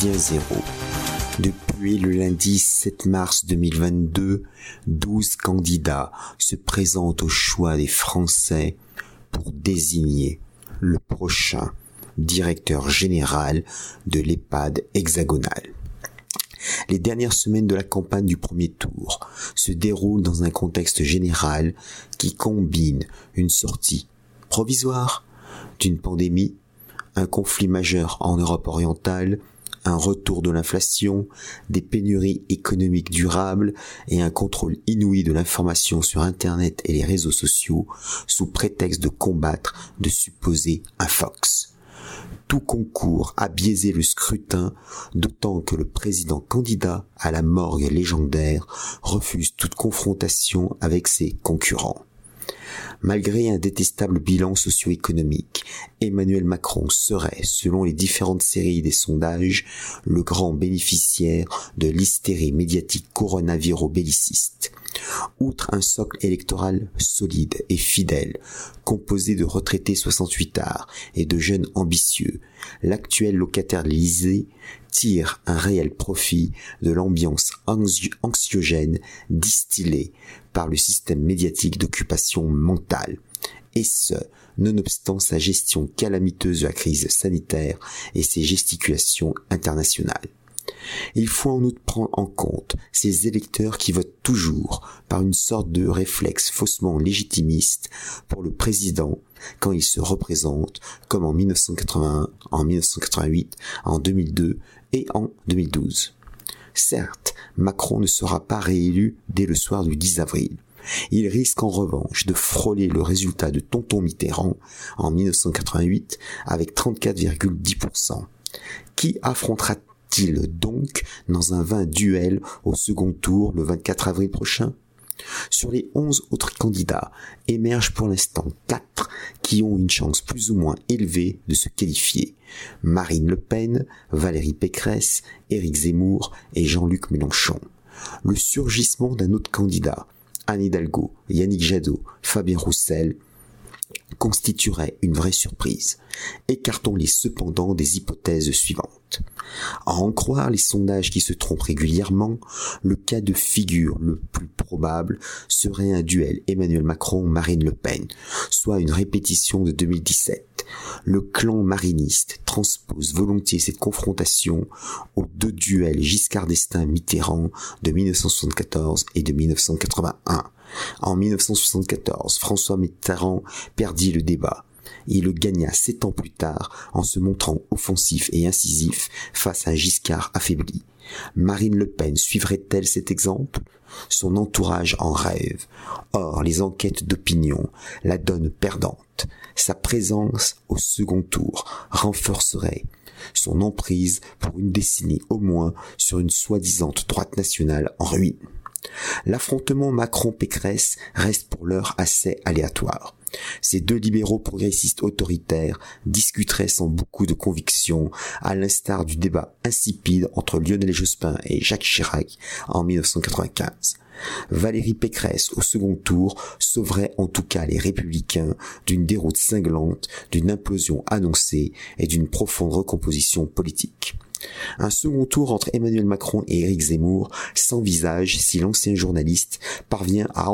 0. Depuis le lundi 7 mars 2022, 12 candidats se présentent au choix des Français pour désigner le prochain directeur général de l'EHPAD hexagonal. Les dernières semaines de la campagne du premier tour se déroulent dans un contexte général qui combine une sortie provisoire d'une pandémie, un conflit majeur en Europe orientale, un retour de l'inflation, des pénuries économiques durables et un contrôle inouï de l'information sur Internet et les réseaux sociaux sous prétexte de combattre de supposés infox. Tout concourt à biaiser le scrutin, d'autant que le président candidat à la morgue légendaire refuse toute confrontation avec ses concurrents. Malgré un détestable bilan socio-économique, Emmanuel Macron serait, selon les différentes séries des sondages, le grand bénéficiaire de l'hystérie médiatique coronaviro-belliciste. Outre un socle électoral solide et fidèle, composé de retraités 68ards et de jeunes ambitieux, l'actuel locataire de l'Élysée tire un réel profit de l'ambiance anxiogène distillée par le système médiatique d'occupation mentale, et ce, nonobstant sa gestion calamiteuse de la crise sanitaire et ses gesticulations internationales. Il faut en outre prendre en compte ces électeurs qui votent toujours par une sorte de réflexe faussement légitimiste pour le président quand il se représente, comme en 1981, en 1988, en 2002 et en 2012. Certes, Macron ne sera pas réélu dès le soir du 10 avril. Il risque en revanche de frôler le résultat de Tonton Mitterrand en 1988 avec 34,10%. Qui affrontera-t-il donc dans un vain duel au second tour le 24 avril prochain ? Sur les 11 autres candidats, émergent pour l'instant 4 qui ont une chance plus ou moins élevée de se qualifier. Marine Le Pen, Valérie Pécresse, Éric Zemmour et Jean-Luc Mélenchon. Le surgissement d'un autre candidat, Anne Hidalgo, Yannick Jadot, Fabien Roussel, constituerait une vraie surprise. Écartons-les cependant des hypothèses suivantes. À en croire les sondages qui se trompent régulièrement, le cas de figure le plus probable serait un duel Emmanuel Macron-Marine Le Pen, soit une répétition de 2017. Le clan mariniste transpose volontiers cette confrontation aux deux duels Giscard d'Estaing-Mitterrand de 1974 et de 1981. En 1974, François Mitterrand perdit le débat. Il le gagna 7 ans plus tard en se montrant offensif et incisif face à un Giscard affaibli. Marine Le Pen suivrait-elle cet exemple ? Son entourage en rêve. Or, les enquêtes d'opinion la donnent perdante. Sa présence au second tour renforcerait son emprise pour une décennie au moins sur une soi-disant droite nationale en ruine. L'affrontement Macron-Pécresse reste pour l'heure assez aléatoire. Ces deux libéraux progressistes autoritaires discuteraient sans beaucoup de conviction, à l'instar du débat insipide entre Lionel Jospin et Jacques Chirac en 1995. Valérie Pécresse au second tour sauverait en tout cas les Républicains d'une déroute cinglante, d'une implosion annoncée et d'une profonde recomposition politique. Un second tour entre Emmanuel Macron et Éric Zemmour s'envisage si l'ancien journaliste parvient à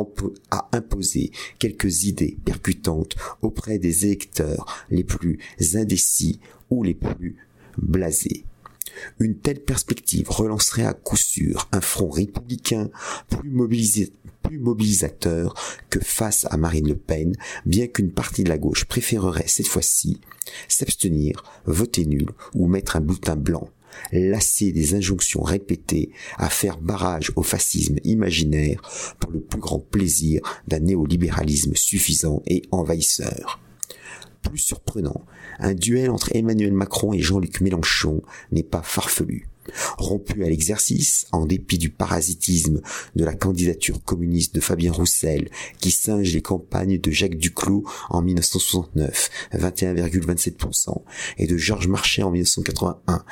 imposer quelques idées percutantes auprès des électeurs les plus indécis ou les plus blasés. Une telle perspective relancerait à coup sûr un front républicain plus mobilisateur que face à Marine Le Pen, bien qu'une partie de la gauche préférerait cette fois-ci s'abstenir, voter nul ou mettre un bulletin blanc, lassé des injonctions répétées à faire barrage au fascisme imaginaire pour le plus grand plaisir d'un néolibéralisme suffisant et envahisseur. Plus surprenant, un duel entre Emmanuel Macron et Jean-Luc Mélenchon n'est pas farfelu. Rompu à l'exercice, en dépit du parasitisme de la candidature communiste de Fabien Roussel, qui singe les campagnes de Jacques Duclos en 1969, 21,27%, et de Georges Marchais en 1981,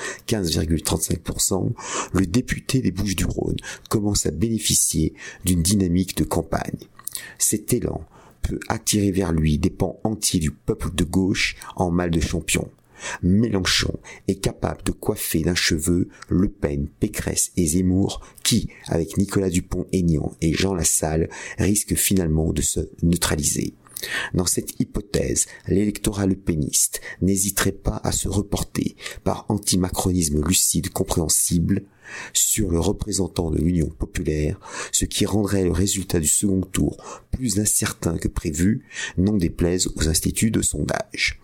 15,35%, le député des Bouches-du-Rhône commence à bénéficier d'une dynamique de campagne. Cet élan peut attirer vers lui des pans entiers du peuple de gauche en mal de champion. Mélenchon est capable de coiffer d'un cheveu Le Pen, Pécresse et Zemmour qui, avec Nicolas Dupont-Aignan et Jean Lassalle, risquent finalement de se neutraliser. Dans cette hypothèse, l'électorat lepéniste n'hésiterait pas à se reporter, par antimacronisme lucide compréhensible, sur le représentant de l'Union populaire, ce qui rendrait le résultat du second tour plus incertain que prévu, n'en déplaise aux instituts de sondage.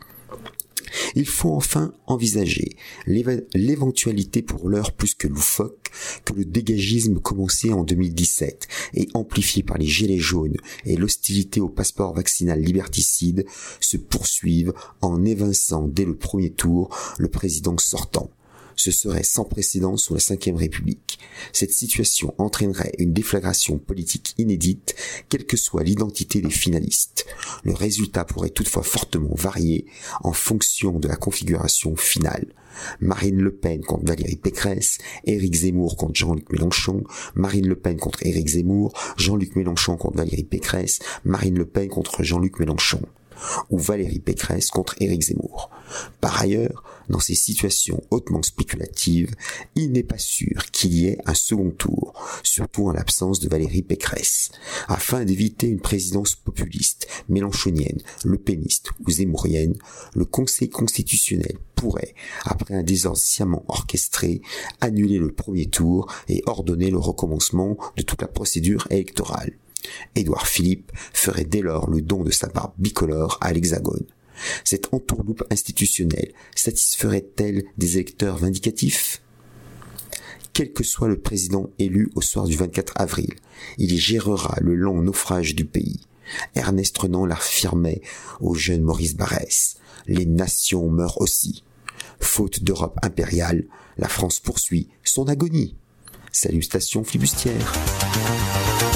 Il faut enfin envisager l'éventualité pour l'heure plus que loufoque que le dégagisme commencé en 2017 et amplifié par les gilets jaunes et l'hostilité au passeport vaccinal liberticide se poursuive en évinçant dès le premier tour le président sortant. Ce serait sans précédent sous la Ve République. Cette situation entraînerait une déflagration politique inédite, quelle que soit l'identité des finalistes. Le résultat pourrait toutefois fortement varier en fonction de la configuration finale. Marine Le Pen contre Valérie Pécresse, Éric Zemmour contre Jean-Luc Mélenchon, Marine Le Pen contre Éric Zemmour, Jean-Luc Mélenchon contre Valérie Pécresse, Marine Le Pen contre Jean-Luc Mélenchon, ou Valérie Pécresse contre Éric Zemmour. Par ailleurs, dans ces situations hautement spéculatives, il n'est pas sûr qu'il y ait un second tour, surtout en l'absence de Valérie Pécresse. Afin d'éviter une présidence populiste, mélenchonienne, lepéniste ou zemmourienne, le Conseil constitutionnel pourrait, après un désordre sciemment orchestré, annuler le premier tour et ordonner le recommencement de toute la procédure électorale. Édouard Philippe ferait dès lors le don de sa barbe bicolore à l'Hexagone. Cette entourloupe institutionnelle satisferait-elle des électeurs vindicatifs ? Quel que soit le président élu au soir du 24 avril, il gérera le lent naufrage du pays. Ernest Renan l'affirmait au jeune Maurice Barrès. Les nations meurent aussi. Faute d'Europe impériale, la France poursuit son agonie. Salutations flibustières.